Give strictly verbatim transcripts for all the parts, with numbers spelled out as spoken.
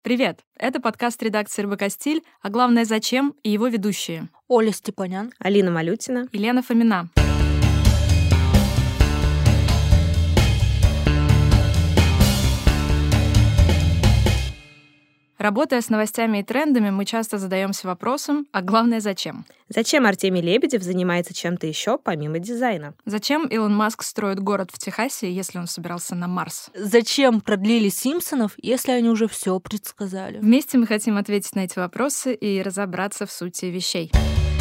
Привет! Это подкаст редакции эр бэ ка «Стиль», а главное «Зачем?» и его ведущие. Оля Степанян, Алина Малютина и Лена Фомина. Работая с новостями и трендами, мы часто задаемся вопросом, а главное, зачем? Зачем Артемий Лебедев занимается чем-то еще помимо дизайна? Зачем Илон Маск строит город в Техасе, если он собирался на Марс? Зачем продлили Симпсонов, если они уже все предсказали? Вместе мы хотим ответить на эти вопросы и разобраться в сути вещей.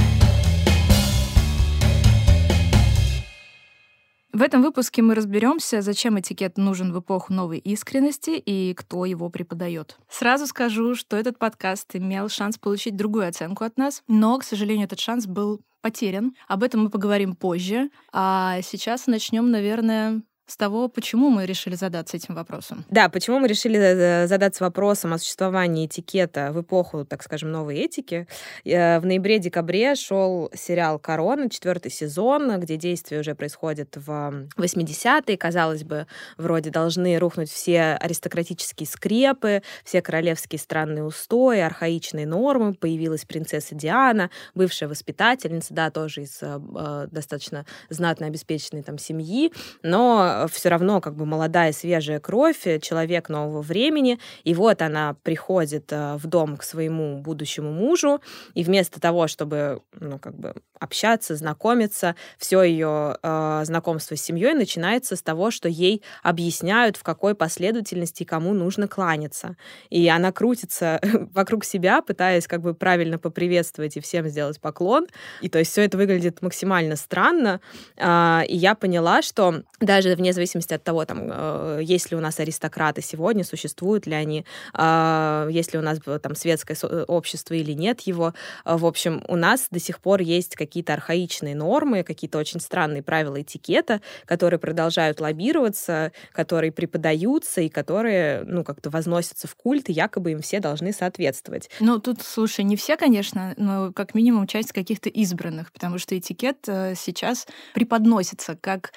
В этом выпуске мы разберемся, зачем этикет нужен в эпоху новой искренности и кто его преподает. Сразу скажу, что этот подкаст имел шанс получить другую оценку от нас, но, к сожалению, этот шанс был потерян. Об этом мы поговорим позже. А сейчас начнем, наверное, с того, почему мы решили задаться этим вопросом. Да, почему мы решили задаться вопросом о существовании этикета в эпоху, так скажем, новой этики. В ноябре-декабре шел сериал «Корона», четвертый сезон, где действие уже происходит в восьмидесятые. Казалось бы, вроде должны рухнуть все аристократические скрепы, все королевские странные устои, архаичные нормы. Появилась принцесса Диана, бывшая воспитательница, да, тоже из э, достаточно знатно обеспеченной там семьи, но все равно как бы молодая, свежая кровь, человек нового времени. И вот она приходит в дом к своему будущему мужу, и вместо того, чтобы, ну, как бы общаться, знакомиться, все ее э, знакомство с семьей начинается с того, что ей объясняют, в какой последовательности кому нужно кланяться. И она крутится вокруг себя, пытаясь как бы правильно поприветствовать и всем сделать поклон. И то есть все это выглядит максимально странно. Э, и я поняла, что даже вне зависимости от того, там, э, есть ли у нас аристократы сегодня, существуют ли они, э, есть ли у нас там светское общество или нет его. Э, в общем, у нас до сих пор есть какие-то архаичные нормы, какие-то очень странные правила этикета, которые продолжают лоббироваться, которые преподаются и которые, ну, как-то возносятся в культ, и якобы им все должны соответствовать. Ну, тут, слушай, не все, конечно, но как минимум часть каких-то избранных, потому что этикет э, сейчас преподносится как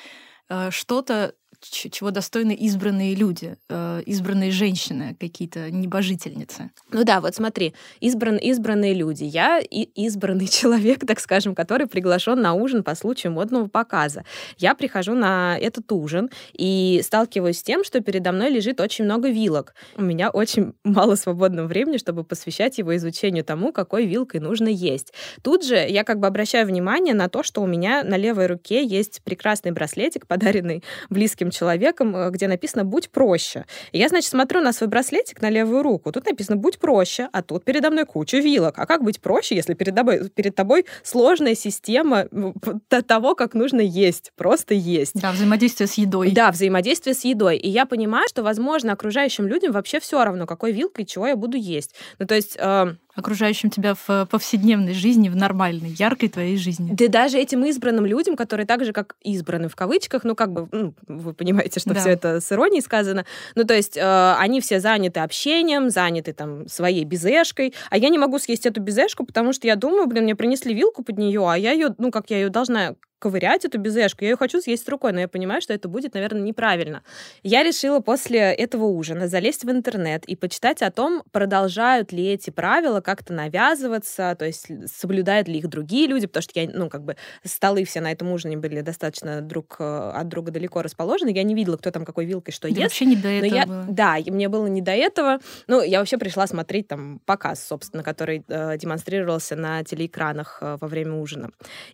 что-то, чего достойны избранные люди, избранные женщины, какие-то небожительницы. Ну да, вот смотри, избран, избранные люди. Я и избранный человек, так скажем, который приглашен на ужин по случаю модного показа. Я прихожу на этот ужин и сталкиваюсь с тем, что передо мной лежит очень много вилок. У меня очень мало свободного времени, чтобы посвящать его изучению тому, какой вилкой нужно есть. Тут же я как бы обращаю внимание на то, что у меня на левой руке есть прекрасный браслетик, подаренный близким человеком, где написано «Будь проще». И я, значит, смотрю на свой браслетик на левую руку. Тут написано «Будь проще», а тут передо мной куча вилок. А как быть проще, если перед тобой, перед тобой сложная система того, как нужно есть, просто есть? Да, взаимодействие с едой. Да, взаимодействие с едой. И я понимаю, что, возможно, окружающим людям вообще все равно, какой вилкой чего я буду есть. Ну, то есть... Э... окружающим тебя в повседневной жизни, в нормальной, яркой твоей жизни. Да даже этим избранным людям, которые так же, как избраны в кавычках, ну, как бы, ну, вы понимаете, что да. Все это с иронией сказано. Ну, то есть э, они все заняты общением, заняты там своей безешкой, а я не могу съесть эту безешку, потому что я думаю, блин, мне принесли вилку под нее, а я ее, ну, как я ее должна ковырять, эту безешку, я ее хочу съесть рукой, но я понимаю, что это будет, наверное, неправильно. Я решила после этого ужина залезть в интернет и почитать о том, продолжают ли эти правила как-то навязываться, то есть соблюдают ли их другие люди, потому что я, ну, как бы столы все на этом ужине были достаточно друг от друга далеко расположены, я не видела, кто там какой вилкой что да ест. Вообще не до этого я, было. Да, мне было не до этого. Ну, я вообще пришла смотреть там показ, собственно, который э, демонстрировался на телеэкранах э, во время ужина.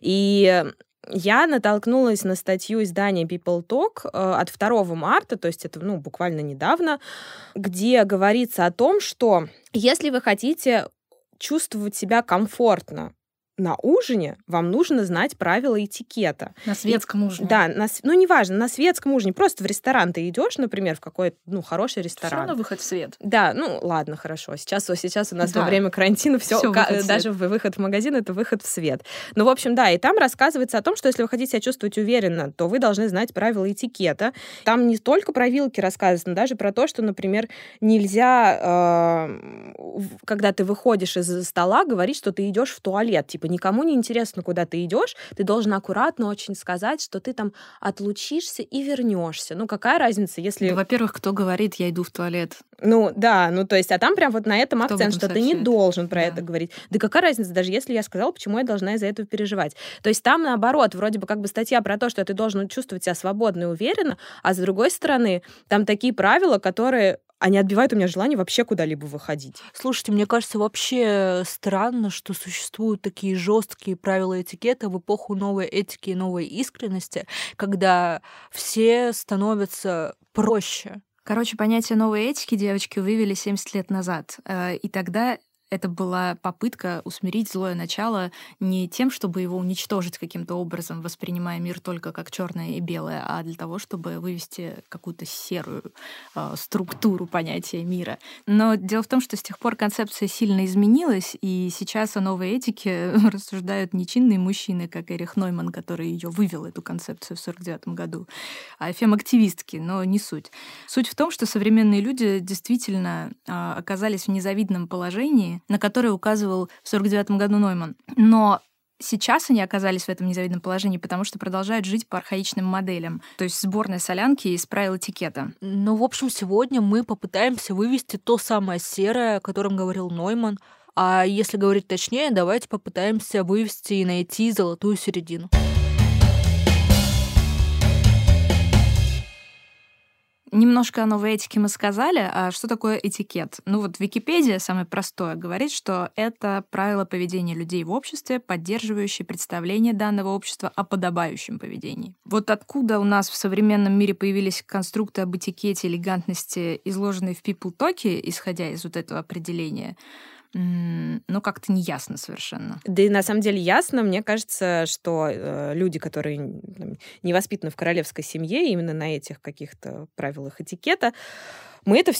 И я натолкнулась на статью издания People Talk от второго марта, то есть это, ну, буквально недавно, где говорится о том, что если вы хотите чувствовать себя комфортно на ужине, вам нужно знать правила этикета. На светском и, ужине. Да, на, ну, неважно, на светском ужине. Просто в ресторан ты идешь, например, в какой-то, ну, хороший ресторан. Все равно выход в свет. Да, ну, ладно, хорошо. Сейчас, сейчас у нас да. во время карантина все, всё ка- даже выход в магазин — это выход в свет. Ну, в общем, да, и там рассказывается о том, что если вы хотите себя чувствовать уверенно, то вы должны знать правила этикета. Там не только про вилки рассказывается, но даже про то, что, например, нельзя э, когда ты выходишь из-за стола, говорить, что ты идешь в туалет. Типа, никому не интересно, куда ты идешь. Ты должен аккуратно очень сказать, что ты там отлучишься и вернешься. Ну, какая разница, если... Да, во-первых, кто говорит, я иду в туалет? Ну, да, ну, то есть, а там прям вот на этом Кто акцент, об этом что ты не сообщает? должен про Да. это говорить. Да какая разница, даже если я сказала, почему я должна из-за этого переживать? То есть там, наоборот, вроде бы как бы статья про то, что ты должен чувствовать себя свободно и уверенно, а с другой стороны, там такие правила, которые... Они отбивают у меня желание вообще куда-либо выходить. Слушайте, мне кажется, вообще странно, что существуют такие жесткие правила этикета в эпоху новой этики и новой искренности, когда все становятся проще. Короче, понятие новой этики девочки вывели семьдесят лет назад. Э, И тогда это была попытка усмирить злое начало не тем, чтобы его уничтожить каким-то образом, воспринимая мир только как черное и белое, а для того, чтобы вывести какую-то серую э, структуру понятия мира. Но дело в том, что с тех пор концепция сильно изменилась, и сейчас о новой этике рассуждают не чинные мужчины, как Эрих Нойман, который ее вывел, эту концепцию в сорок девятом году, а фем-активистки, но не суть. Суть в том, что современные люди действительно э, оказались в незавидном положении, на которое указывал в сорок девятом году Нойман. Но сейчас они оказались в этом незавидном положении, потому что продолжают жить по архаичным моделям. То есть сборная солянки из правил этикета. Ну, в общем, сегодня мы попытаемся вывести то самое серое, о котором говорил Нойман. А если говорить точнее, давайте попытаемся вывести и найти золотую середину. Немножко о новой этике мы сказали, а что такое этикет? Ну вот Википедия, самое простое, говорит, что это правила поведения людей в обществе, поддерживающие представление данного общества о подобающем поведении. Вот откуда у нас в современном мире появились конструкты об этикете, элегантности, изложенные в People Talk, исходя из вот этого определения, ну, как-то неясно совершенно. Да и на самом деле ясно, мне кажется, что э, люди, которые там, не воспитаны в королевской семье, именно на этих каких-то правилах этикета, мы это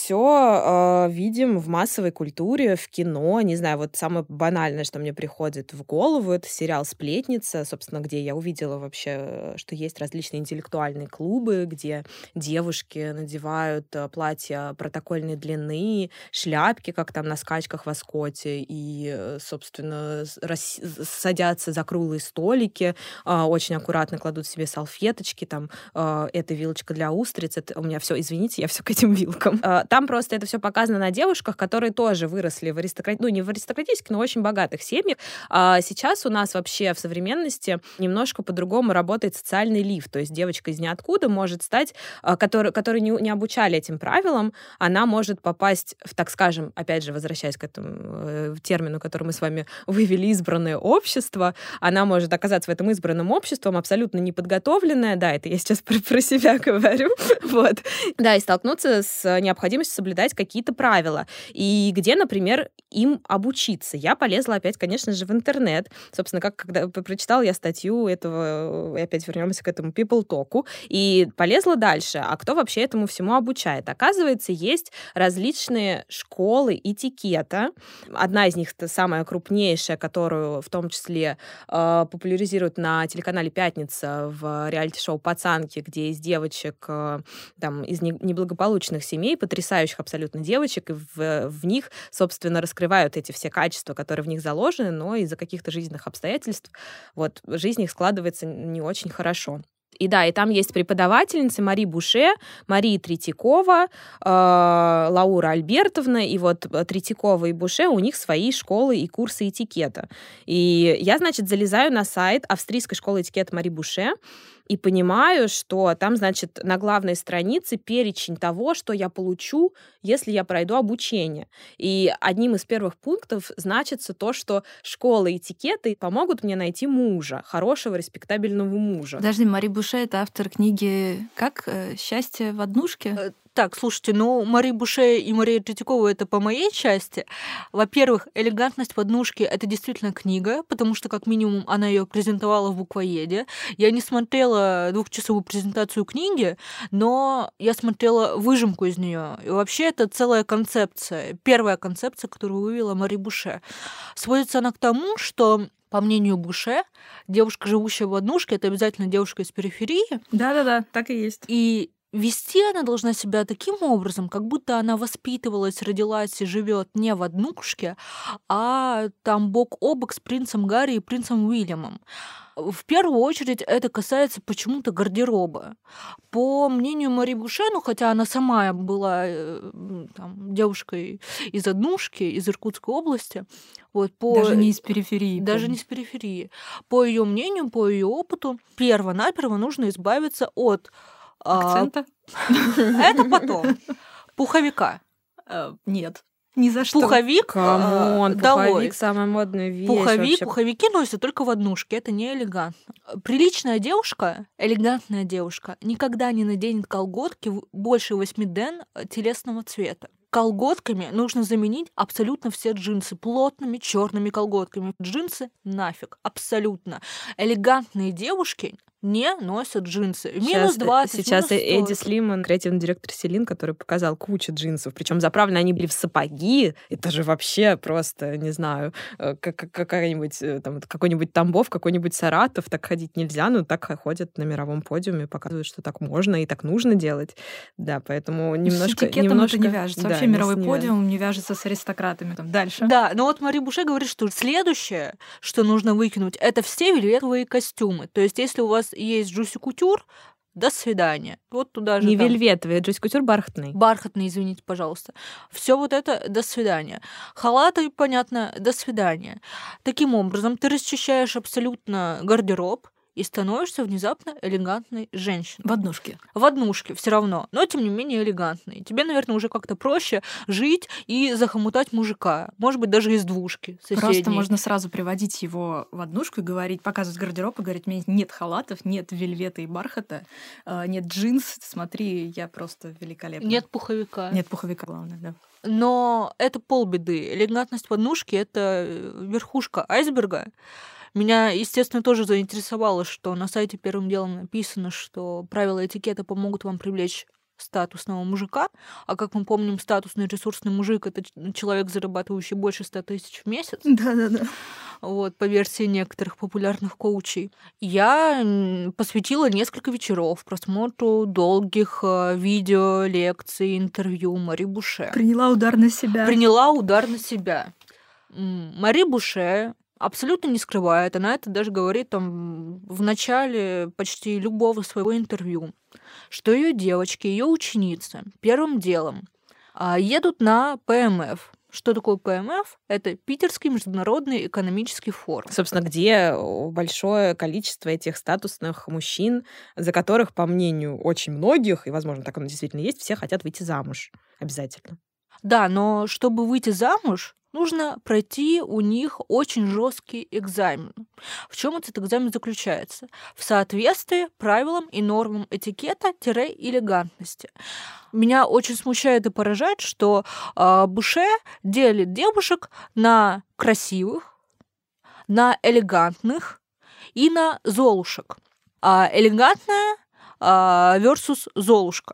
все э, видим в массовой культуре, в кино. Не знаю, вот самое банальное, что мне приходит в голову, это сериал «Сплетница», собственно, где я увидела вообще, что есть различные интеллектуальные клубы, где девушки надевают э, платья протокольной длины, шляпки, как там на скачках в Аскоте, и, э, собственно, рас... садятся за круглые столики, э, очень аккуратно кладут себе салфеточки, там, э, это вилочка для устриц, это у меня все, извините, я все к этим вилкам. Там просто это все показано на девушках, которые тоже выросли в аристократ... ну, не в аристократических, но в очень богатых семьях. А сейчас у нас вообще в современности немножко по-другому работает социальный лифт. То есть девочка из ниоткуда может стать, который, который не, не обучали этим правилам, она может попасть в, так скажем, опять же, возвращаясь к этому э, термину, который мы с вами вывели, избранное общество, она может оказаться в этом избранном обществе, абсолютно неподготовленная, да, это я сейчас про, про себя говорю, вот, да, и столкнуться с необходимость соблюдать какие-то правила. И где, например, им обучиться. Я полезла опять, конечно же, в интернет. Собственно, как когда прочитала я статью этого, и опять вернемся к этому People Talk, и полезла дальше. А кто вообще этому всему обучает? Оказывается, есть различные школы этикета. Одна из них, самая крупнейшая, которую в том числе э, популяризируют на телеканале «Пятница» в реалити-шоу «Пацанки», где из девочек э, там, из неблагополучных семей, потрясающих абсолютно девочек, и в, в них, собственно, раскрывают эти все качества, которые в них заложены, но из-за каких-то жизненных обстоятельств вот, жизнь их складывается не очень хорошо. И да, и там есть преподавательницы Мари Буше, Мария Третьякова, э, Лаура Альбертовна, и вот Третьякова и Буше, у них свои школы и курсы этикета. И я, значит, залезаю на сайт австрийской школы этикета Мари Буше, и понимаю, что там, значит, на главной странице перечень того, что я получу, если я пройду обучение. И одним из первых пунктов значится то, что школы этикета помогут мне найти мужа, хорошего, респектабельного мужа. Подожди, Мари Буше — это автор книги «Как? Счастье в однушке»? Так, слушайте, ну, Мари Буше и Мария Третьякова — это по моей части. Во-первых, «Элегантность в однушке» — это действительно книга, потому что, как минимум, она ее презентовала в буквоеде. Я не смотрела двухчасовую презентацию книги, но я смотрела выжимку из нее. И вообще это целая концепция. Первая концепция, которую вывела Мари Буше. Сводится она к тому, что, по мнению Буше, девушка, живущая в однушке, это обязательно девушка из периферии. Да-да-да, так и есть. И вести она должна себя таким образом, как будто она воспитывалась, родилась и живет не в однушке, а там бок о бок с принцем Гарри и принцем Уильямом. В первую очередь это касается почему-то гардероба. По мнению Мари Буше, ну, хотя она сама была там, девушкой из однушки, из Иркутской области, вот, по... даже не из периферии. Даже помню. не из периферии. По ее мнению, по ее опыту, перво-наперво нужно избавиться от... Акцента? Это потом. Пуховика. Нет. Ни за что. Пуховик Камон, долой. Пуховик самая модная вещь. Пуховик, вообще. пуховики носят только в однушке, это не элегантно. Приличная девушка, элегантная девушка никогда не наденет колготки больше восемь ден телесного цвета. Колготками нужно заменить абсолютно все джинсы, плотными черными колготками. Джинсы нафиг, абсолютно. Элегантные девушки не носят джинсы. Минус двадцать, Сейчас минус Эдди Слиман, креативный директор Селин, который показал кучу джинсов. Причем заправлены они были в сапоги. Это же вообще просто, не знаю, как, какая-нибудь, там, какой-нибудь Тамбов, какой-нибудь Саратов. Так ходить нельзя, но так ходят на мировом подиуме, показывают, что так можно и так нужно делать. Да, поэтому немножко... С этикетом немножко... это не вяжется. Да, Вообще не мировой не подиум не вяжется с аристократами. Там, дальше. Да, но вот Мари Буше говорит, что следующее, что нужно выкинуть, это все вельветовые костюмы. То есть если у вас есть Джуси Кутюр, до свидания. Вот туда же. Не там... вельветовый, Джуси Кутюр бархатный. Бархатный, извините, пожалуйста. Все вот это до свидания. Халаты, понятно, до свидания. Таким образом, ты расчищаешь абсолютно гардероб и становишься внезапно элегантной женщиной. В однушке. В однушке все равно, но тем не менее элегантной. Тебе, наверное, уже как-то проще жить и захомутать мужика. Может быть, даже из двушки соседней. Просто можно сразу приводить его в однушку и говорить, показывать гардероб и говорить, у меня нет халатов, нет вельвета и бархата, нет джинс, смотри, я просто великолепна. Нет пуховика. Нет пуховика, главное, да. Но это полбеды. Элегантность в однушке — это верхушка айсберга. Меня, естественно, тоже заинтересовало, что на сайте первым делом написано, что правила этикета помогут вам привлечь статусного мужика, а как мы помним, статусный ресурсный мужик — это человек, зарабатывающий больше ста тысяч в месяц. Да-да-да. Вот, по версии некоторых популярных коучей. Я посвятила несколько вечеров просмотру долгих видео, лекций, интервью Мари Буше. Приняла удар на себя. Приняла удар на себя. Мари Буше абсолютно не скрывает, она это даже говорит там в начале почти любого своего интервью, что ее девочки, ее ученицы первым делом едут на ПМФ. Что такое ПМФ? Это Питерский международный экономический форум. Собственно, где большое количество этих статусных мужчин, за которых, по мнению очень многих, и, возможно, так оно действительно есть, все хотят выйти замуж. Обязательно. Да, но чтобы выйти замуж, нужно пройти у них очень жесткий экзамен. В чем этот экзамен заключается? В соответствии правилам и нормам этикета-элегантности. Меня очень смущает и поражает, что э, Буше делит девушек на красивых, на элегантных и на золушек. А элегантная э, versus золушка.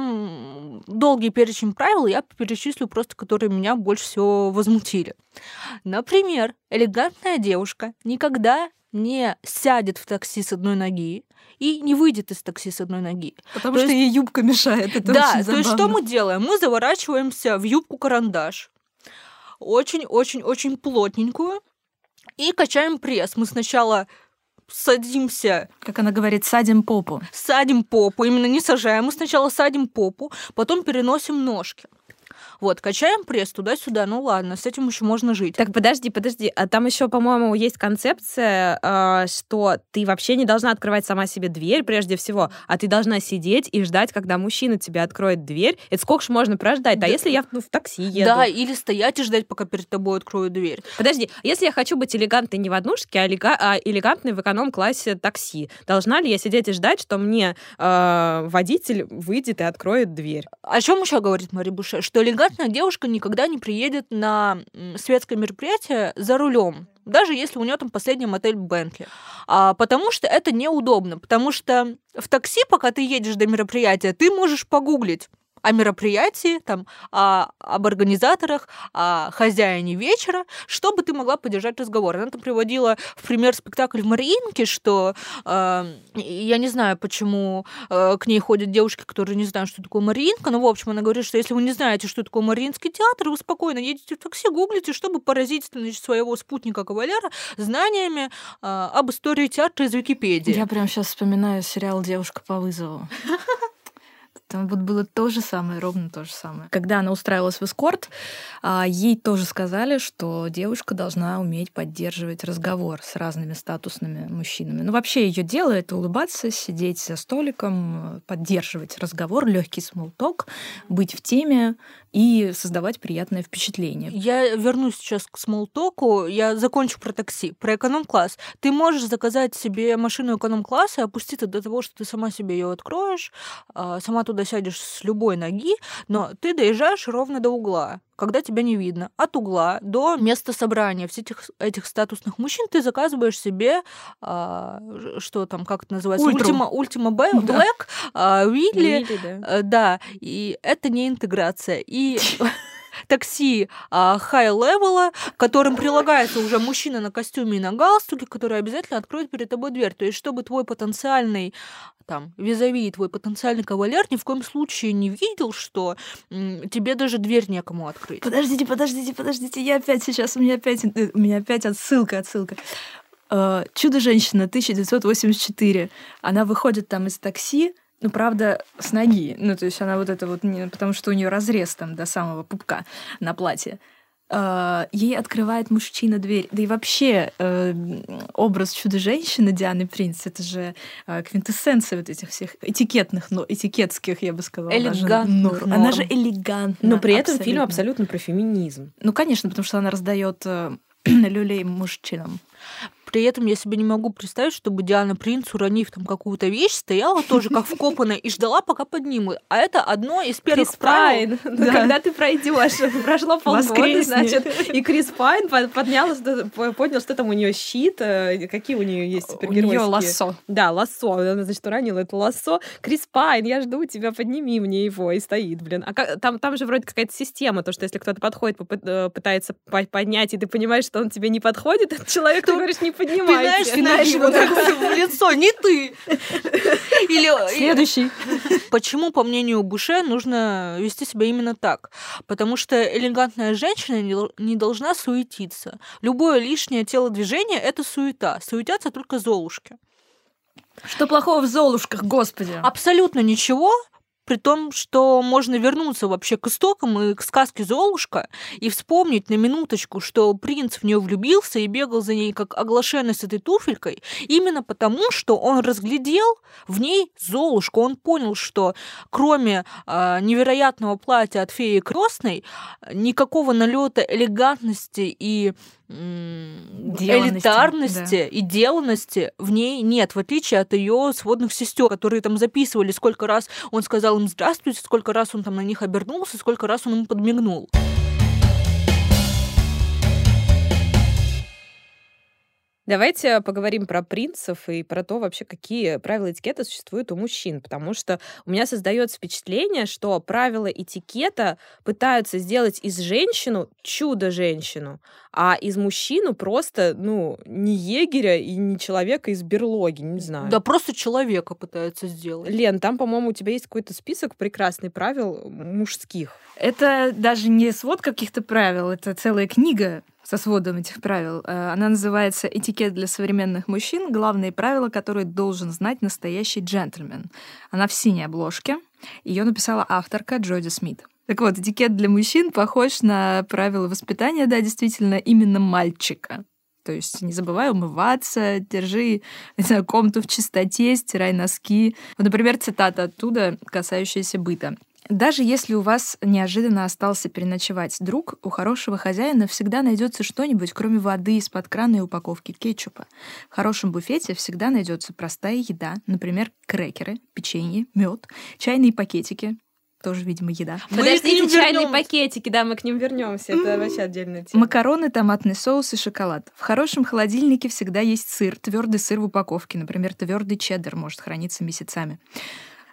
Там долгий перечень правил, я перечислю просто, которые меня больше всего возмутили. Например, элегантная девушка никогда не сядет в такси с одной ноги и не выйдет из такси с одной ноги. Потому то что есть... ей юбка мешает. Это да, очень то есть забавно. что мы делаем? Мы заворачиваемся в юбку-карандаш, очень-очень-очень плотненькую, и качаем пресс. Мы сначала садимся... Как она говорит, садим попу. Садим попу, именно не сажаем. Мы сначала садим попу, потом переносим ножки. Вот, качаем пресс туда-сюда. Ну ладно, с этим еще можно жить. Так, подожди, подожди. А там еще, по-моему, есть концепция, э, что ты вообще не должна открывать сама себе дверь прежде всего, а ты должна сидеть и ждать, когда мужчина тебе откроет дверь. Это сколько ж можно прождать? Да, а если я ну, в такси еду? Да, или стоять и ждать, пока перед тобой откроют дверь. Подожди, если я хочу быть элегантной не в однушке, а, элега- а элегантной в эконом-классе такси, должна ли я сидеть и ждать, что мне э, водитель выйдет и откроет дверь? О чем еще говорит Мари Буше? Что элегантная девушка никогда не приедет на светское мероприятие за рулем, даже если у нее там последняя модель Бентли. А, потому что это неудобно. Потому что в такси, пока ты едешь до мероприятия, ты можешь погуглить, о мероприятии, там, о, об организаторах, о хозяине вечера, чтобы ты могла поддержать разговор. Она там приводила в пример спектакль в Мариинке, что э, я не знаю, почему э, к ней ходят девушки, которые не знают, что такое Мариинка, но, в общем, она говорит, что если вы не знаете, что такое Мариинский театр, вы спокойно едете в такси, гуглите, чтобы поразить, значит, своего спутника кавалера знаниями э, об истории театра из Википедии. Я прям сейчас вспоминаю сериал «Девушка по вызову». Там вот было то же самое, ровно то же самое. Когда она устраивалась в эскорт, ей тоже сказали, что девушка должна уметь поддерживать разговор с разными статусными мужчинами. Ну, вообще ее дело — это улыбаться, сидеть за столиком, поддерживать разговор, легкий смолток, быть в теме и создавать приятное впечатление. Я вернусь сейчас к смолтоку. Я закончу про такси, про эконом-класс. Ты можешь заказать себе машину эконом-класса и опуститься до того, что ты сама себе ее откроешь, сама туда сядешь с любой ноги, но ты доезжаешь ровно до угла, когда тебя не видно. От угла до места собрания всех этих, этих статусных мужчин ты заказываешь себе, а, что там, как это называется? Ультима, Ультима Блэк, да. а, Вилли. Вилли, да. да. И это не интеграция. И такси хай-левела, к которым прилагается уже мужчина на костюме и на галстуке, который обязательно откроет перед тобой дверь. То есть, чтобы твой потенциальный там, визави, твой потенциальный кавалер ни в коем случае не видел, что м, тебе даже дверь некому открыть. Подождите, подождите, подождите, я опять сейчас, у меня опять, у меня опять отсылка, отсылка. «Чудо-женщина», тысяча девятьсот восемьдесят четыре. Она выходит там из такси, ну, правда, с ноги. Ну, то есть она вот это вот... Не, потому что у нее разрез там до самого пупка на платье. Uh, ей открывает мужчина дверь. Да и вообще uh, образ чудо-женщины Дианы Принц — это же uh, квинтэссенция вот этих всех этикетных, но этикетских, я бы сказала. Элегантных норм. Она же элегантна. Но при этом абсолютно. Фильм абсолютно про феминизм. Ну, конечно, потому что она раздает uh, люлей мужчинам. При этом я себе не могу представить, чтобы Диана Принц, уронив там какую-то вещь, стояла тоже как вкопанная и ждала, пока поднимут. А это одно из первых Крис правил. Пайн. Да. Когда ты пройдешь, прошло полгода, значит, и Крис Пайн поднял, понял, что там у нее щит, какие у нее есть супергеройские. У нее лассо. Да, лассо. Она, значит, уронила это лассо. Крис Пайн, я жду тебя, подними мне его. И стоит, блин. А как, там, там же вроде какая-то система, то, что если кто-то подходит, пытается поднять, и ты понимаешь, что он тебе не подходит, этот человек, ты говоришь, не поднимайся. Пинаешь ему так в лицо, не ты. Или... Следующий. Почему, по мнению Буше, нужно вести себя именно так? Потому что элегантная женщина не должна суетиться. Любое лишнее телодвижение — это суета. Суетятся только золушки. Что плохого в золушках, господи? Абсолютно ничего. При том, что можно вернуться вообще к истокам и к сказке «Золушка» и вспомнить на минуточку, что принц в нее влюбился и бегал за ней как оглашенный с этой туфелькой, именно потому, что он разглядел в ней Золушку. Он понял, что кроме э, невероятного платья от феи Крестной никакого налета элегантности и элитарности да. и деланности в ней нет, в отличие от ее сводных сестер, которые там записывали, сколько раз он сказал им здравствуйте, сколько раз он там на них обернулся, сколько раз он им подмигнул. Давайте поговорим про принцев и про то вообще, какие правила этикета существуют у мужчин, потому что у меня создается впечатление, что правила этикета пытаются сделать из женщину чудо-женщину, а из мужчину просто, ну, не егеря и не человека из берлоги, не знаю. Да, просто человека пытаются сделать. Лен, там, по-моему, у тебя есть какой-то список прекрасный правил мужских. Это даже не свод каких-то правил, это целая книга со сводом этих правил. Она называется «Этикет для современных мужчин. Главные правила, которые должен знать настоящий джентльмен». Она в синей обложке. Ее написала авторка Джоди Смит. Так вот, этикет для мужчин похож на правила воспитания, да, действительно, именно мальчика. То есть не забывай умываться, держи, не знаю, комнату в чистоте, стирай носки. Вот, например, цитата оттуда, касающаяся быта. «Даже если у вас неожиданно остался переночевать друг, у хорошего хозяина всегда найдется что-нибудь, кроме воды из-под крана и упаковки кетчупа. В хорошем буфете всегда найдется простая еда, например, крекеры, печенье, мед, чайные пакетики». Тоже, видимо, еда. Подождите, чайные пакетики, да, мы к ним вернемся. Это вообще отдельная тема. Макароны, томатный соус и шоколад. В хорошем холодильнике всегда есть сыр, твердый сыр в упаковке. Например, твердый чеддер может храниться месяцами.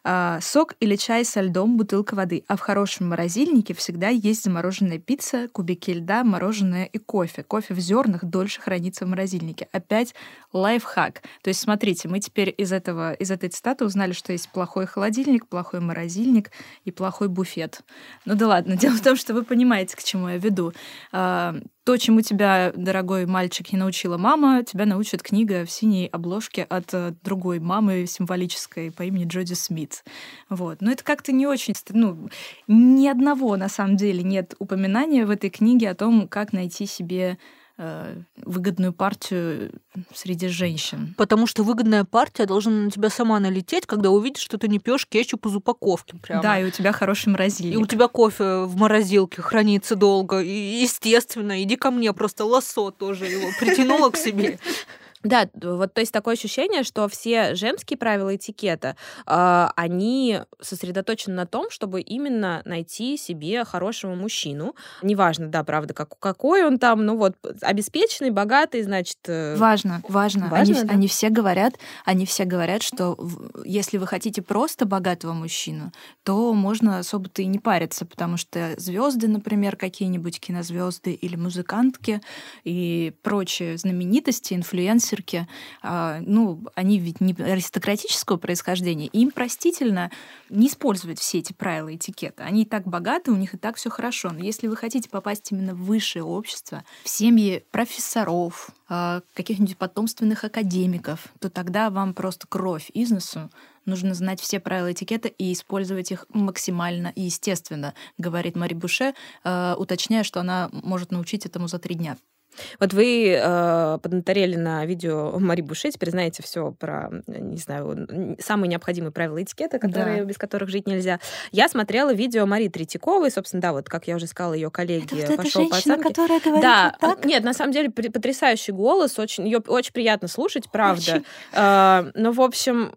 А, сок или чай со льдом, бутылка воды. А в хорошем морозильнике всегда есть замороженная пицца, кубики льда, мороженое и кофе. Кофе в зернах дольше хранится в морозильнике. Опять лайфхак. То есть, смотрите, мы теперь из, этого, из этой цитаты узнали, что есть плохой холодильник, плохой морозильник и плохой буфет. Ну да ладно, дело в том, что вы понимаете, к чему я веду. А, то, чему тебя, дорогой мальчик, не научила мама, тебя научит книга в синей обложке от другой мамы символической по имени Джоди Смит. Вот. Но это как-то не очень... Ну, ни одного, на самом деле, нет упоминания в этой книге о том, как найти себе выгодную партию среди женщин. Потому что выгодная партия должна на тебя сама налететь, когда увидишь, что ты не пьешь кетчуп из упаковки. Прямо. Да, и у тебя хороший морозильник. И у тебя кофе в морозилке хранится долго. И, естественно, иди ко мне, просто лассо тоже его притянула к себе. Да, вот то есть такое ощущение, что все женские правила этикета, э, они сосредоточены на том, чтобы именно найти себе хорошего мужчину. Неважно, да, правда, как, какой он там, ну вот, обеспеченный, богатый, значит... Э... Важно, важно. важно они, да? они все говорят, они все говорят, что если вы хотите просто богатого мужчину, то можно особо-то и не париться, потому что звезды, например, какие-нибудь кинозвезды или музыкантки и прочие знаменитости, инфлюенсеры, ну, они ведь не аристократического происхождения, и им простительно не использовать все эти правила этикета. Они и так богаты, у них и так все хорошо. Но если вы хотите попасть именно в высшее общество, в семьи профессоров, каких-нибудь потомственных академиков, то тогда вам просто кровь из носу. Нужно знать все правила этикета и использовать их максимально и естественно, говорит Мари Буше, уточняя, что она может научить этому за три дня. Вот вы э, поднаторели на видео Мари Буше, теперь знаете все про, не знаю, самые необходимые правила этикета, которые, да. без которых жить нельзя. Я смотрела видео Марии Третьяковой, собственно, да, вот как я уже сказала, ее коллеги это «Пошел вот по оценке». Которая говорит да, вот так? Нет, на самом деле потрясающий голос, очень, ее очень приятно слушать, правда. Э, но, в общем,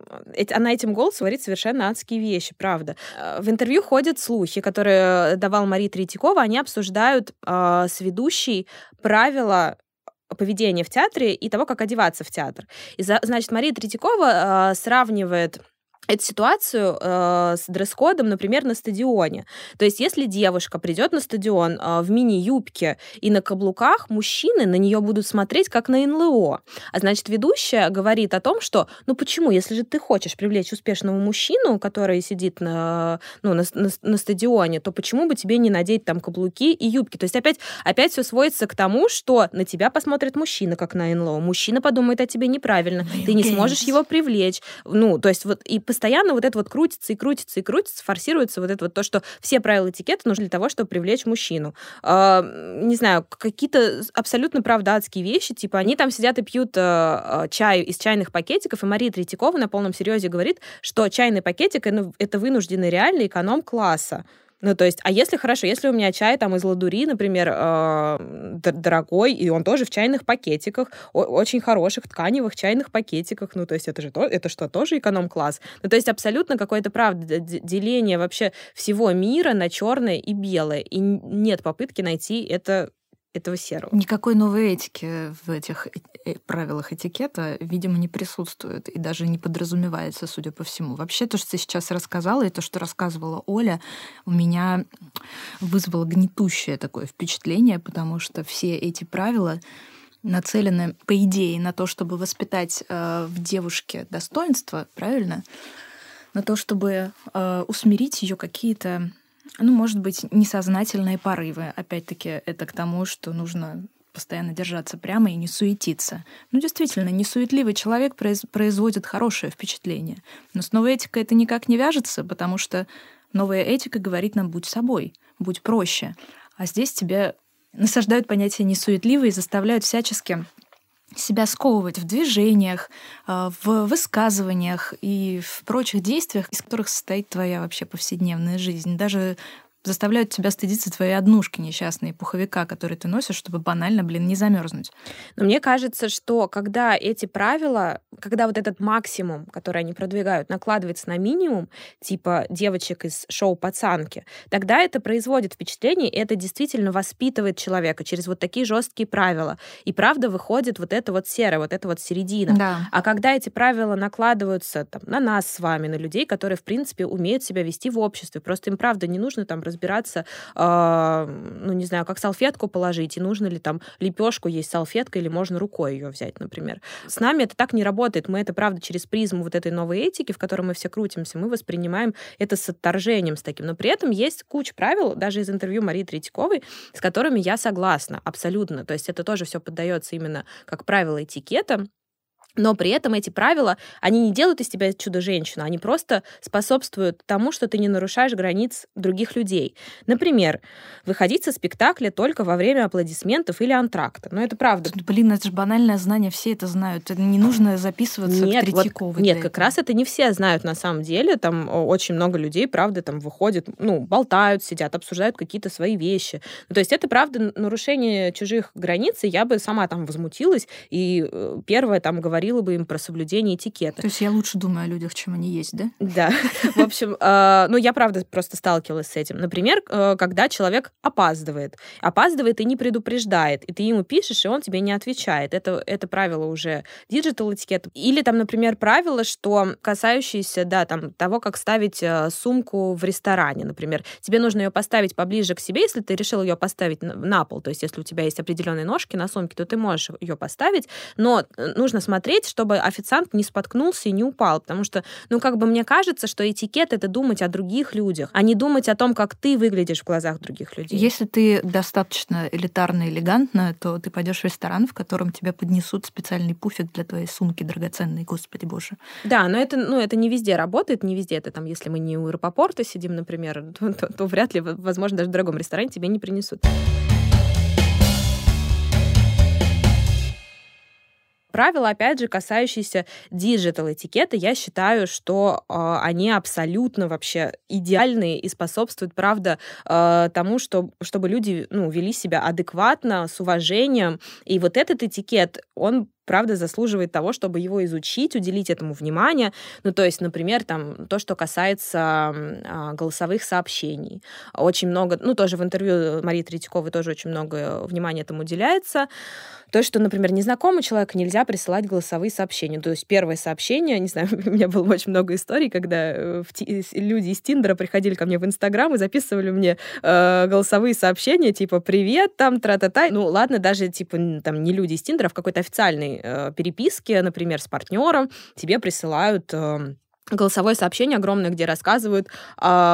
она этим голосом говорит совершенно адские вещи, правда. В интервью ходят слухи, которые давала Мария Третьякова, они обсуждают э, с ведущей правила поведения в театре и того, как одеваться в театр. И, значит, Мария Третьякова э, сравнивает эту ситуацию э, с дресс-кодом, например, на стадионе. То есть, если девушка придет на стадион э, в мини-юбке и на каблуках, мужчины на нее будут смотреть как на эн эл о. А значит, ведущая говорит о том, что, ну почему, если же ты хочешь привлечь успешного мужчину, который сидит на, ну, на, на, на стадионе, то почему бы тебе не надеть там каблуки и юбки? То есть, опять, опять все сводится к тому, что на тебя посмотрит мужчина как на эн эл о. Мужчина подумает о тебе неправильно. Ты не сможешь его привлечь. Ну, то есть, вот и постоянно вот это вот крутится и крутится и крутится, форсируется вот это вот то, что все правила этикета нужны для того, чтобы привлечь мужчину. Э, не знаю, какие-то абсолютно правдатские вещи, типа они там сидят и пьют э, чай из чайных пакетиков, и Мария Третьякова на полном серьезе говорит, что чайный пакетик — это вынужденный реальный эконом-класса. Ну, то есть, а если хорошо, если у меня чай там из ладури, например, э, дорогой, и он тоже в чайных пакетиках, очень хороших тканевых чайных пакетиках, ну, то есть это же то, это что, тоже эконом-класс? Ну, то есть абсолютно какое-то, правда, деление вообще всего мира на черное и белое, и нет попытки найти это этого серого. Никакой новой этики в этих правилах этикета, видимо, не присутствует и даже не подразумевается, судя по всему. Вообще, то, что ты сейчас рассказала, и то, что рассказывала Оля, у меня вызвало гнетущее такое впечатление, потому что все эти правила нацелены, по идее, на то, чтобы воспитать э, в девушке достоинство, правильно? На то, чтобы э, усмирить ее какие-то, ну, может быть, несознательные порывы. Опять-таки, это к тому, что нужно постоянно держаться прямо и не суетиться. Ну, действительно, несуетливый человек производит хорошее впечатление. Но с новой этикой это никак не вяжется, потому что новая этика говорит нам: будь собой, будь проще. А здесь тебе насаждают понятие несуетливый и заставляют всячески себя сковывать в движениях, в высказываниях и в прочих действиях, из которых состоит твоя вообще повседневная жизнь. Даже заставляют тебя стыдиться твоей однушки несчастной, пуховика, который ты носишь, чтобы банально, блин, не замерзнуть. Но мне кажется, что когда эти правила, когда вот этот максимум, который они продвигают, накладывается на минимум, типа девочек из шоу «Пацанки», тогда это производит впечатление, и это действительно воспитывает человека через вот такие жесткие правила. И правда выходит вот это вот серое, вот это вот середина. Да. А когда эти правила накладываются там, на нас с вами, на людей, которые, в принципе, умеют себя вести в обществе, просто им, правда, не нужно там разбираться, э, ну, не знаю, как салфетку положить, и нужно ли там лепешку есть салфеткой, или можно рукой ее взять, например. С нами это так не работает. Мы это, правда, через призму вот этой новой этики, в которой мы все крутимся, мы воспринимаем это с отторжением, с таким. Но при этом есть куча правил, даже из интервью Марии Третьяковой, с которыми я согласна абсолютно. То есть это тоже все поддается именно как правило этикета. Но при этом эти правила, они не делают из тебя чудо-женщину, они просто способствуют тому, что ты не нарушаешь границ других людей. Например, выходить со спектакля только во время аплодисментов или антракта. Но это правда. Блин, это же банальное знание, все это знают. Это не нужно записываться нет, к Третьяковой. Вот, нет, как раз это не все знают на самом деле. Там очень много людей, правда, там выходят, ну, болтают, сидят, обсуждают какие-то свои вещи. Ну, то есть это, правда, нарушение чужих границ, и я бы сама там возмутилась, и первое там говорила бы им про соблюдение этикета. То есть я лучше думаю о людях, чем они есть, да? Да. В общем, э, ну, я, правда, просто сталкивалась с этим. Например, э, когда человек опаздывает. Опаздывает и не предупреждает. И ты ему пишешь, и он тебе не отвечает. Это, это правило уже диджитал этикета. Или там, например, правило, что касающееся, да, там, того, как ставить э, сумку в ресторане, например. Тебе нужно ее поставить поближе к себе, если ты решил ее поставить на, на пол. То есть, если у тебя есть определенные ножки на сумке, то ты можешь ее поставить. Но нужно смотреть, чтобы официант не споткнулся и не упал. Потому что, ну, как бы мне кажется, что этикет — это думать о других людях, а не думать о том, как ты выглядишь в глазах других людей. Если ты достаточно элитарно, элегантна, то ты пойдешь в ресторан, в котором тебе поднесут специальный пуфик для твоей сумки драгоценной, господи боже. Да, но это, ну, это не везде работает, не везде. Это там, если мы не у аэропорта сидим, например, то, то, то вряд ли, возможно, даже в дорогом ресторане тебе не принесут. Правила, опять же, касающиеся диджитал-этикета, я считаю, что э, они абсолютно вообще идеальные и способствуют, правда, э, тому, что, чтобы люди, ну, вели себя адекватно, с уважением. И вот этот этикет, он правда заслуживает того, чтобы его изучить, уделить этому внимание. Ну, то есть, например, там, то, что касается э, голосовых сообщений. Очень много, ну, тоже в интервью Марии Третьяковой тоже очень много внимания этому уделяется. То, что, например, незнакомому человеку нельзя присылать голосовые сообщения. То есть первое сообщение, не знаю, у меня было очень много историй, когда в ти- люди из Тиндера приходили ко мне в Инстаграм и записывали мне э, голосовые сообщения, типа «Привет», там, тра-та-та. Ну, ладно, даже, типа, там, не люди из Тиндера, а в какой-то официальной э, переписке, например, с партнером тебе присылают... Э, голосовое сообщение огромное, где рассказывают э,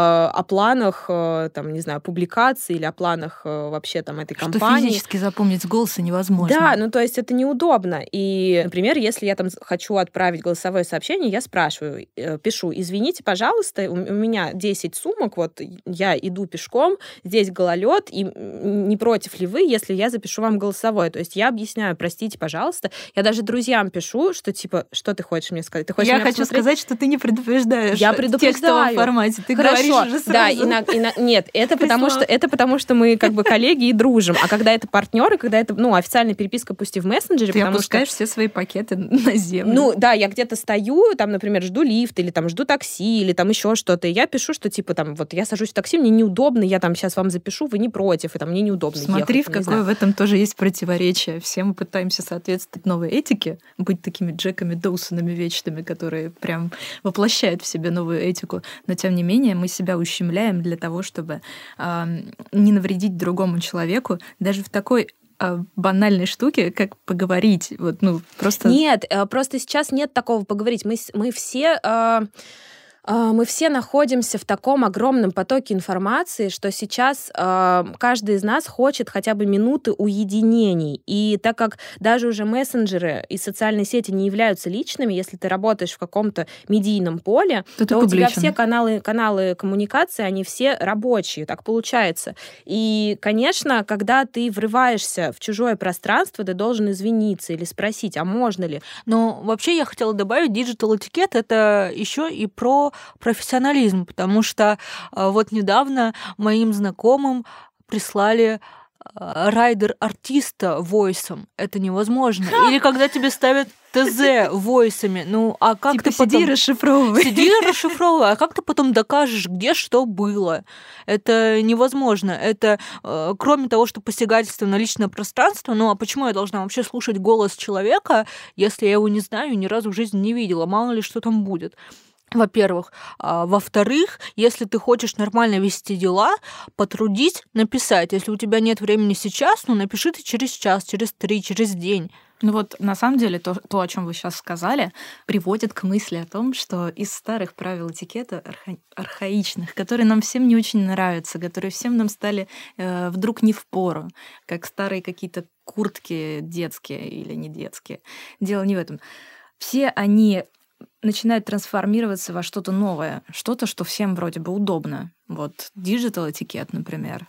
о планах, э, там, не знаю, публикации или о планах э, вообще там этой что компании. Что физически запомнить с голоса невозможно. Да, ну то есть это неудобно. И, например, если я там хочу отправить голосовое сообщение, я спрашиваю, э, пишу, извините, пожалуйста, у, у меня десять сумок, вот я иду пешком, здесь гололед, и не против ли вы, если я запишу вам голосовое? То есть я объясняю, простите, пожалуйста. Я даже друзьям пишу, что типа, что ты хочешь мне сказать? Ты хочешь я меня хочу посмотреть? сказать, что ты не предупреждаешь я в текстовом формате. Ты Хорошо. говоришь уже сразу. Да, и на, и на... нет, это потому, что, это потому что мы как бы коллеги и дружим. А когда это партнеры, когда это, ну, официальная переписка, пусть и в мессенджере, ты потому опускаешь что... все свои пакеты на землю. Ну, да, я где-то стою, там, например, жду лифт, или там жду такси, или там еще что-то, и я пишу, что типа там, вот я сажусь в такси, мне неудобно, я там сейчас вам запишу, вы не против, и там мне неудобно Смотри, ехать, в какое в этом тоже есть противоречие. Все мы пытаемся соответствовать новой этике, быть такими Джеками Доусонами вечными, которые прям воплощают в себе новую этику, но тем не менее мы себя ущемляем для того, чтобы э, не навредить другому человеку, даже в такой э, банальной штуке, как поговорить. Вот, ну, просто... Нет, просто сейчас нет такого поговорить. Мы, мы все... Э... Мы все находимся в таком огромном потоке информации, что сейчас э, каждый из нас хочет хотя бы минуты уединений. И так как даже уже мессенджеры и социальные сети не являются личными, если ты работаешь в каком-то медийном поле, то, то у тебя все каналы, каналы коммуникации, они все рабочие, так получается. И, конечно, когда ты врываешься в чужое пространство, ты должен извиниться или спросить, а можно ли? Но вообще я хотела добавить, диджитал-этикет — это еще и про про профессионализм, потому что вот недавно моим знакомым прислали райдер артиста войсом. Это невозможно. Или когда тебе ставят ТЗ войсами. Ну, а как типа ты потом... сиди и расшифровывай. Сиди и расшифровывай. А как ты потом докажешь, где что было? Это невозможно. Это, э, кроме того, что посягательство на личное пространство, ну, а почему я должна вообще слушать голос человека, если я его не знаю и ни разу в жизни не видела? Мало ли, что там будет. Во-первых. А, во-вторых, если ты хочешь нормально вести дела, потрудись написать. Если у тебя нет времени сейчас, ну, напиши ты через час, через три, через день. Ну вот, на самом деле, то, то, о чем вы сейчас сказали, приводит к мысли о том, что из старых правил этикета, арха... архаичных, которые нам всем не очень нравятся, которые всем нам стали э, вдруг не впору, как старые какие-то куртки детские или не детские. Дело не в этом. Все они начинает трансформироваться во что-то новое, что-то, что всем вроде бы удобно. Вот digital этикет, например.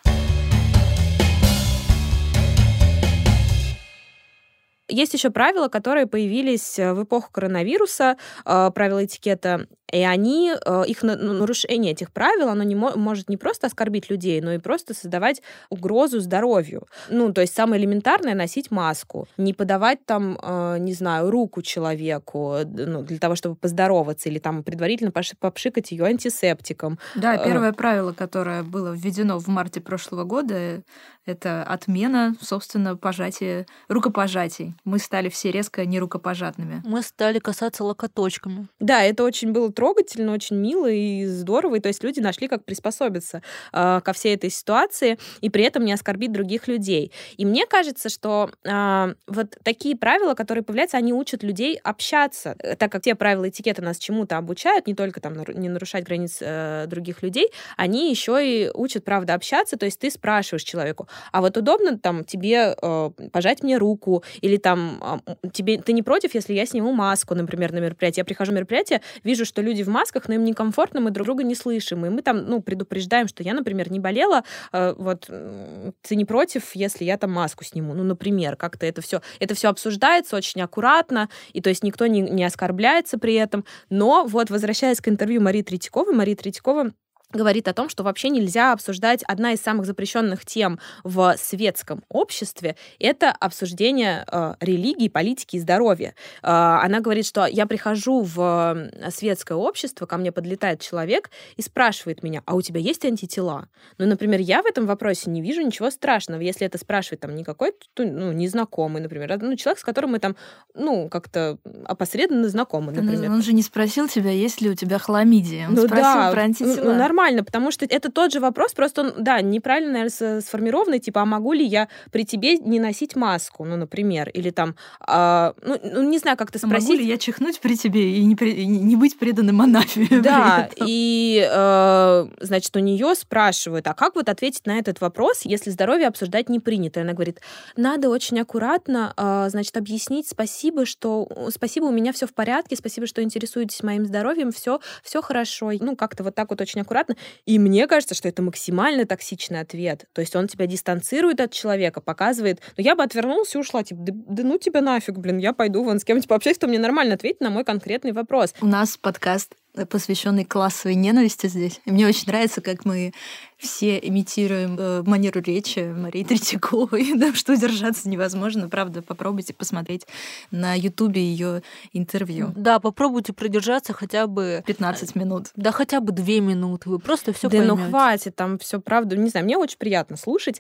Есть еще правила, которые появились в эпоху коронавируса, правила этикета, и они, их нарушение этих правил, оно не может не просто оскорбить людей, но и просто создавать угрозу здоровью. Ну, то есть самое элементарное — носить маску, не подавать там, не знаю, руку человеку, ну, для того, чтобы поздороваться, или там предварительно попшикать ее антисептиком. Да, первое правило, которое было введено в марте прошлого года, это отмена, собственно, пожатия, рукопожатий. Мы стали все резко нерукопожатными. Мы стали касаться локоточками. Да, это очень было трогательно, очень мило и здорово. И то есть люди нашли, как приспособиться э, ко всей этой ситуации и при этом не оскорбить других людей. И мне кажется, что э, вот такие правила, которые появляются, они учат людей общаться. Так как те правила этикета нас чему-то обучают, не только там не нарушать границ э, других людей, они еще и учат, правда, общаться. То есть ты спрашиваешь человеку: а вот удобно там тебе э, пожать мне руку, или там э, тебе, ты не против, если я сниму маску, например, на мероприятие. Я прихожу на мероприятие, вижу, что люди в масках, но им некомфортно, мы друг друга не слышим. И мы там, ну, предупреждаем, что я, например, не болела, э, вот ты не против, если я там маску сниму. Ну, например, как-то это все это все обсуждается очень аккуратно, и то есть никто не, не оскорбляется при этом. Но вот, возвращаясь к интервью Марии Третьяковой, Мария Третьякова говорит о том, что вообще нельзя обсуждать одна из самых запрещенных тем в светском обществе — это обсуждение э, религии, политики и здоровья. Э, она говорит, что я прихожу в светское общество, ко мне подлетает человек и спрашивает меня: а у тебя есть антитела? Ну, например, я в этом вопросе не вижу ничего страшного, если это спрашивает там не какой-то, ну, незнакомый, например, а, ну, человек, с которым мы там, ну, как-то опосредованно знакомы, например. Он же не спросил тебя, есть ли у тебя хламидия. Он ну, спросил да, про антитела. Ну, нормально. Потому что это тот же вопрос, просто он, да, неправильно, наверное, сформированный, типа, а могу ли я при тебе не носить маску, ну, например, или там, а, ну, ну, не знаю, как-то спросить. А могу ли я чихнуть при тебе и не, при, и не быть преданным анафеме? Да, и, э, значит, у нее спрашивают: а как вот ответить на этот вопрос, если здоровье обсуждать не принято? И она говорит: надо очень аккуратно, э, значит, объяснить: спасибо, что, спасибо, у меня все в порядке, спасибо, что интересуетесь моим здоровьем, все, все хорошо. Ну, как-то вот так вот очень аккуратно. И мне кажется, что это максимально токсичный ответ. То есть он тебя дистанцирует от человека, показывает. Ну, я бы отвернулась и ушла. Типа, да, да ну тебя нафиг, блин, я пойду вон с кем-нибудь пообщаюсь, кто мне нормально ответит на мой конкретный вопрос. У нас подкаст, посвященный классовой ненависти здесь. И мне очень нравится, как мы все имитируем э, манеру речи Марии Третьяковой, да, что удержаться невозможно. Правда, попробуйте посмотреть на Ютубе ее интервью. Да, попробуйте продержаться хотя бы пятнадцать минут. Да, хотя бы две минуты. Вы просто все да поймете. Да ну хватит, там все правда. Не знаю, мне очень приятно слушать,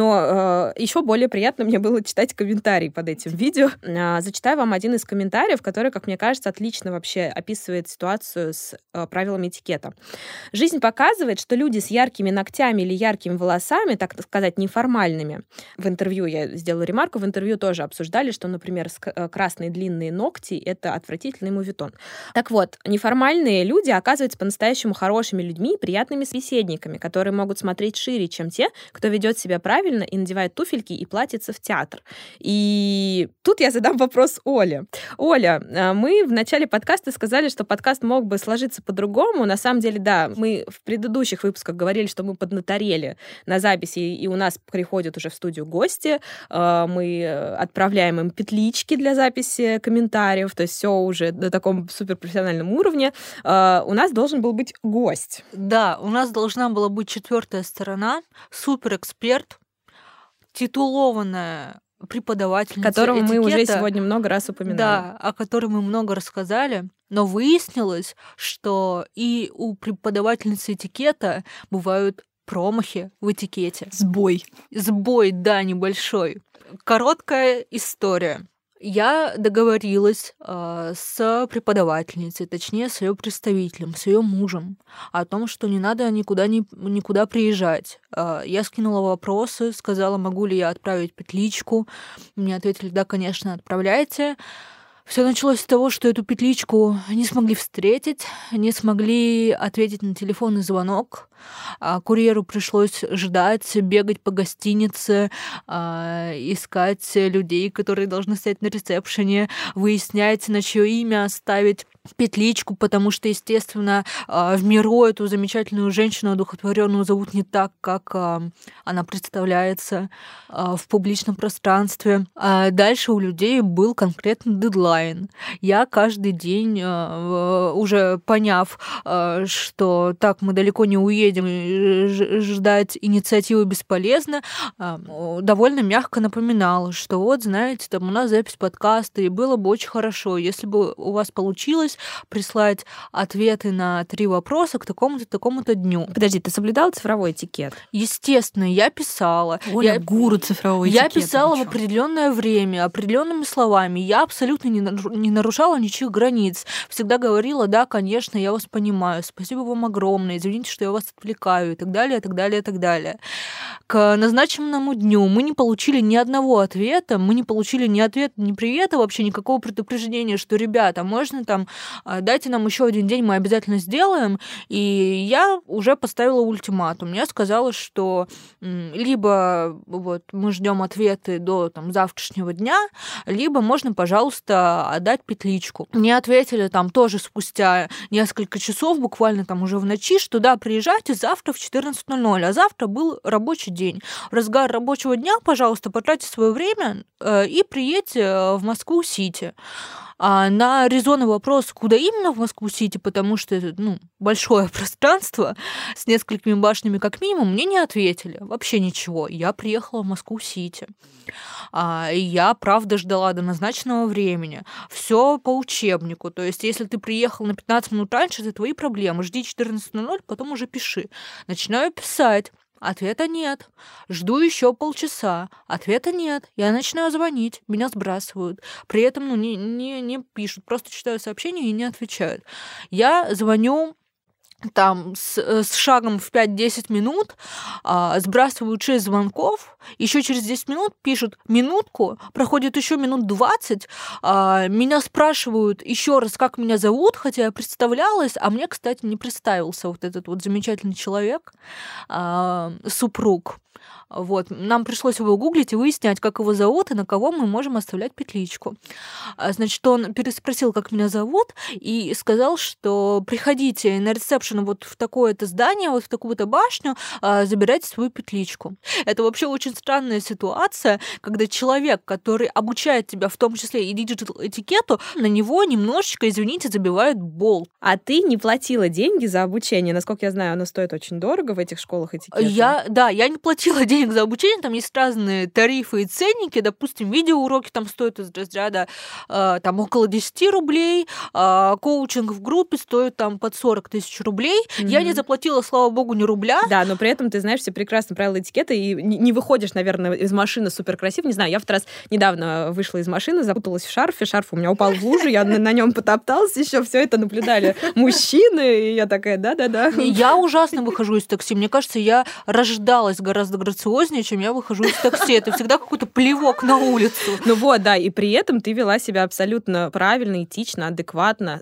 но э, еще более приятно мне было читать комментарии под этим видео. Э, зачитаю вам один из комментариев, который, как мне кажется, отлично вообще описывает ситуацию с э, правилами этикета. Жизнь показывает, что люди с яркими ногтями или яркими волосами, так сказать, неформальными. В интервью я сделала ремарку, в интервью тоже обсуждали, что, например, красные длинные ногти — это отвратительный мувитон. Так вот, неформальные люди оказываются по-настоящему хорошими людьми и приятными собеседниками, которые могут смотреть шире, чем те, кто ведет себя правильно и надевает туфельки и платьица в театр. И тут я задам вопрос Оле. Оля, мы в начале подкаста сказали, что подкаст мог бы сложиться сложиться по-другому. На самом деле, да, мы в предыдущих выпусках говорили, что мы поднаторели на записи, и у нас приходят уже в студию гости, мы отправляем им петлички для записи комментариев, то есть все уже на таком суперпрофессиональном уровне. У нас должен был быть гость. Да, у нас должна была быть четвертая сторона, суперэксперт, титулованная преподавательница которого этикета, мы уже сегодня много раз упоминали. Да, о которой мы много рассказали. Но выяснилось, что и у преподавательницы этикета бывают промахи в этикете. Сбой. Сбой, да, небольшой. Короткая история. Я договорилась э, с преподавательницей, точнее, с ее представителем, с ее мужем, о том, что не надо никуда, ни, никуда приезжать. Э, я скинула вопросы, сказала, могу ли я отправить петличку. Мне ответили, да, конечно, отправляйте. Все началось с того, что эту петличку не смогли встретить, не смогли ответить на телефонный звонок. Курьеру пришлось ждать, бегать по гостинице, искать людей, которые должны стоять на ресепшене, выяснять, на чье имя оставить петличку, потому что, естественно, в миру эту замечательную женщину одухотворенную зовут не так, как она представляется в публичном пространстве. Дальше у людей был конкретный дедлайн. Я каждый день, уже поняв, что так мы далеко не уедем, ждать инициативы бесполезно, довольно мягко напоминала, что вот, знаете, там у нас запись подкаста, и было бы очень хорошо, если бы у вас получилось прислать ответы на три вопроса к такому-то, такому-то дню. Подожди, ты соблюдала цифровой этикет? Естественно, я писала. Оля, я, гуру цифрового я этикета. Я писала в определенное время, определенными словами. Я абсолютно не, не нарушала ничьих границ. Всегда говорила, да, конечно, я вас понимаю, спасибо вам огромное, извините, что я вас отвлекаю, и так далее, и так далее, и так далее. К назначенному дню мы не получили ни одного ответа, мы не получили ни ответа, ни привета, вообще никакого предупреждения, что, ребята, можно там дайте нам еще один день, мы обязательно сделаем. И я уже поставила ультиматум. Я сказала, что либо вот мы ждем ответы до там, завтрашнего дня, либо можно, пожалуйста, отдать петличку. Мне ответили там тоже спустя несколько часов, буквально там уже в ночи, что да, приезжайте завтра в четырнадцать ноль ноль, а завтра был рабочий день. В разгар рабочего дня, пожалуйста, потратьте свое время э, и приедьте в Москву-Сити. А на резонный вопрос, куда именно в Москву-Сити, потому что это ну, большое пространство с несколькими башнями как минимум, мне не ответили. Вообще ничего. Я приехала в Москву-Сити. А, и я, правда, ждала до назначенного времени. Все по учебнику. То есть, если ты приехал на пятнадцать минут раньше, это твои проблемы. Жди четырнадцать ноль ноль, потом уже пиши. Начинаю писать. Ответа нет. Жду еще полчаса. Ответа нет. Я начинаю звонить. Меня сбрасывают. При этом ну, не, не, не пишут. Просто читаю сообщения и не отвечают. Я звоню там с, с шагом в пять-десять минут, а, сбрасывают шесть звонков, еще через десять минут пишут минутку, проходит еще минут двадцать, а, меня спрашивают еще раз, как меня зовут, хотя я представлялась, а мне, кстати, не представился вот этот вот замечательный человек, а, супруг. Вот. Нам пришлось его гуглить и выяснять, как его зовут и на кого мы можем оставлять петличку. Значит, он переспросил, как меня зовут, и сказал, что приходите на ресепшн вот в такое-то здание, вот в такую-то башню, забирайте свою петличку. Это вообще очень странная ситуация, когда человек, который обучает тебя в том числе и диджитал-этикету, на него немножечко, извините, забивают болт. А ты не платила деньги за обучение? Насколько я знаю, оно стоит очень дорого в этих школах этикета. Я, да, я не платила денег за обучение, там есть разные тарифы и ценники, допустим, видеоуроки там стоят из разряда э, там около десять рублей, э, коучинг в группе стоит там под сорок тысяч рублей. Mm-hmm. Я не заплатила, слава богу, ни рубля. Да, но при этом ты знаешь все прекрасные правила этикета и не выходишь, наверное, из машины супер красиво. Не знаю, я в тот раз недавно вышла из машины, запуталась в шарфе, шарф у меня упал в лужу, я на нем потопталась, еще все это наблюдали мужчины, и я такая, да-да-да. Я ужасно выхожу из такси. Мне кажется, я рождалась гораздо грациознее, чем я выхожу из такси. Это всегда какой-то плевок на улицу. Ну вот, да, и при этом ты вела себя абсолютно правильно, этично, адекватно.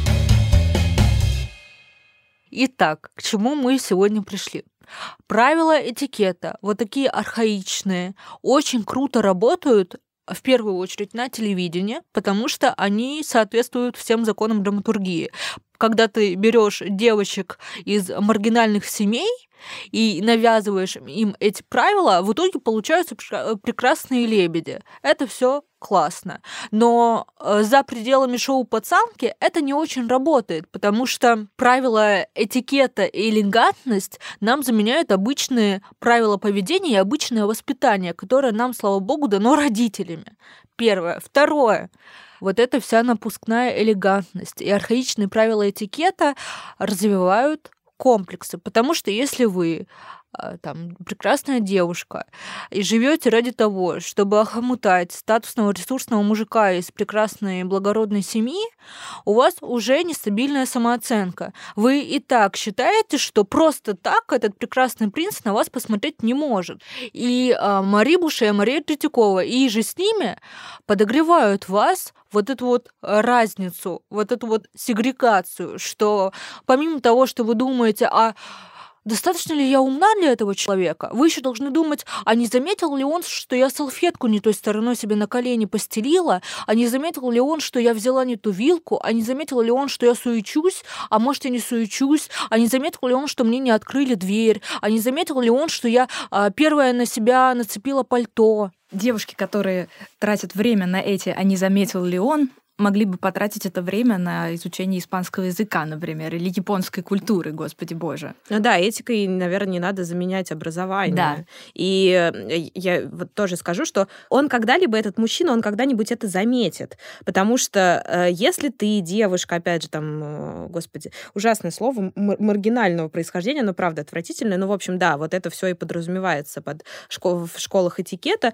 Итак, к чему мы сегодня пришли? Правила этикета, вот такие архаичные, очень круто работают в первую очередь на телевидении, потому что они соответствуют всем законам драматургии. когда ты берешь девочек из маргинальных семей и навязываешь им эти правила, в итоге получаются прекрасные лебеди. Это все классно. Но за пределами шоу «Пацанки» это не очень работает, потому что правила этикета и элегантность нам заменяют обычные правила поведения и обычное воспитание, которое нам, слава богу, дано родителями. Первое. Второе. Вот эта вся напускная элегантность и архаичные правила этикета развивают комплексы, потому что если вы там прекрасная девушка и живете ради того, чтобы охомутать статусного ресурсного мужика из прекрасной благородной семьи, у вас уже нестабильная самооценка. Вы и так считаете, что просто так этот прекрасный принц на вас посмотреть не может. И а, Мари Буше, Мария Третьякова и же с ними подогревают вас вот эту вот разницу, вот эту вот сегрегацию, что помимо того, что вы думаете о достаточно ли я умна для этого человека? Вы еще должны думать, а не заметил ли он, что я салфетку не той стороной себе на колени постелила? А не заметил ли он, что я взяла не ту вилку? А не заметил ли он, что я суечусь? А может, я не суечусь? А не заметил ли он, что мне не открыли дверь? А не заметил ли он, что я а, первая на себя нацепила пальто? Девушки, которые тратят время на эти «а не заметил ли он», могли бы потратить это время на изучение испанского языка, например, или японской культуры, господи боже. Ну да, этикой, наверное, не надо заменять образование. Да. И я вот тоже скажу, что он когда-либо, этот мужчина, он когда-нибудь это заметит. Потому что если ты девушка, опять же, там, господи, ужасное слово, маргинального происхождения, но правда отвратительное, ну, в общем, да, вот это все и подразумевается под школ- в школах этикета.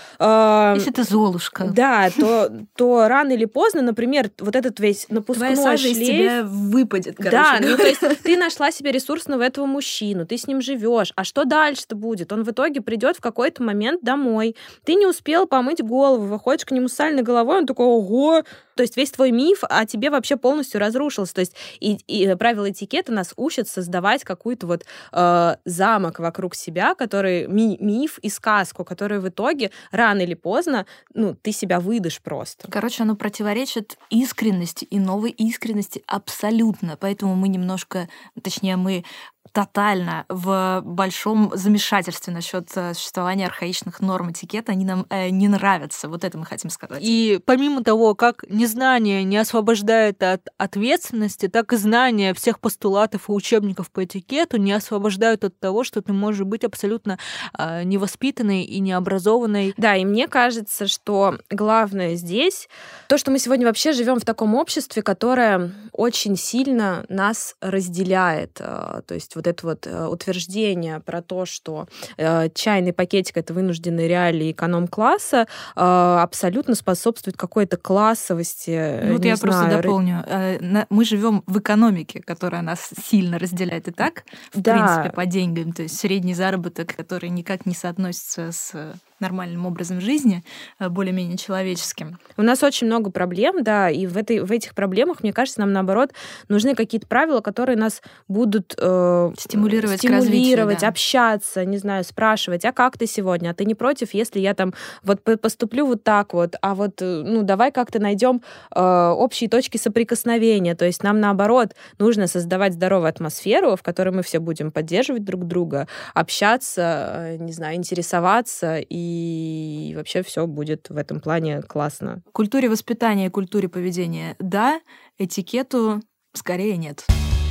Если ты Золушка. Да, то, то рано или поздно, например, вот этот весь напускной Твоя сажа шлейф... из тебя выпадет, короче. Да, ну то есть ты нашла себе ресурсного этого мужчину, ты с ним живешь, а что дальше-то будет? Он в итоге придет в какой-то момент домой, ты не успел помыть голову, выходишь к нему с сальной головой, он такой, ого! То есть весь твой миф о тебе вообще полностью разрушился. То есть и, и правила этикета нас учат создавать какую-то вот э, замок вокруг себя, который ми- миф и сказку, который в итоге рано или поздно, ну, ты себя выдашь просто. Короче, оно противоречит искренности и новой искренности абсолютно. Поэтому мы немножко, точнее, мы тотально в большом замешательстве насчет существования архаичных норм этикета. Они нам э, не нравятся. Вот это мы хотим сказать. И помимо того, как незнание не освобождает от ответственности, так и знание всех постулатов и учебников по этикету не освобождают от того, что ты можешь быть абсолютно э, невоспитанной и необразованной. Да, и мне кажется, что главное здесь то, что мы сегодня вообще живем в таком обществе, которое очень сильно нас разделяет. То есть вот это вот утверждение про то, что чайный пакетик — это вынужденные реалии эконом-класса, абсолютно способствует какой-то классовости. Ну, вот я знаю, просто дополню. Мы живем в экономике, которая нас сильно разделяет и так, в да. принципе, по деньгам. То есть средний заработок, который никак не соотносится с нормальным образом жизни, более-менее человеческим. У нас очень много проблем, да, и в, этой, в этих проблемах, мне кажется, нам, наоборот, нужны какие-то правила, которые нас будут э, стимулировать, стимулировать к развитию, да. общаться, не знаю, спрашивать, а как ты сегодня? А ты не против, если я там вот поступлю вот так вот, а вот, ну, давай как-то найдем э, общие точки соприкосновения. То есть нам, наоборот, нужно создавать здоровую атмосферу, в которой мы все будем поддерживать друг друга, общаться, не знаю, интересоваться, и И вообще все будет в этом плане классно. Культуре воспитания и культуре поведения — да, этикету скорее нет.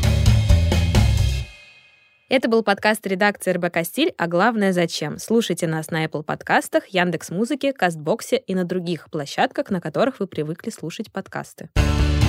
Это был подкаст редакции эр бэ ка «Стиль», а главное «Зачем?». Слушайте нас на Apple подкастах, Яндекс.Музыке, Кастбоксе и на других площадках, на которых вы привыкли слушать подкасты.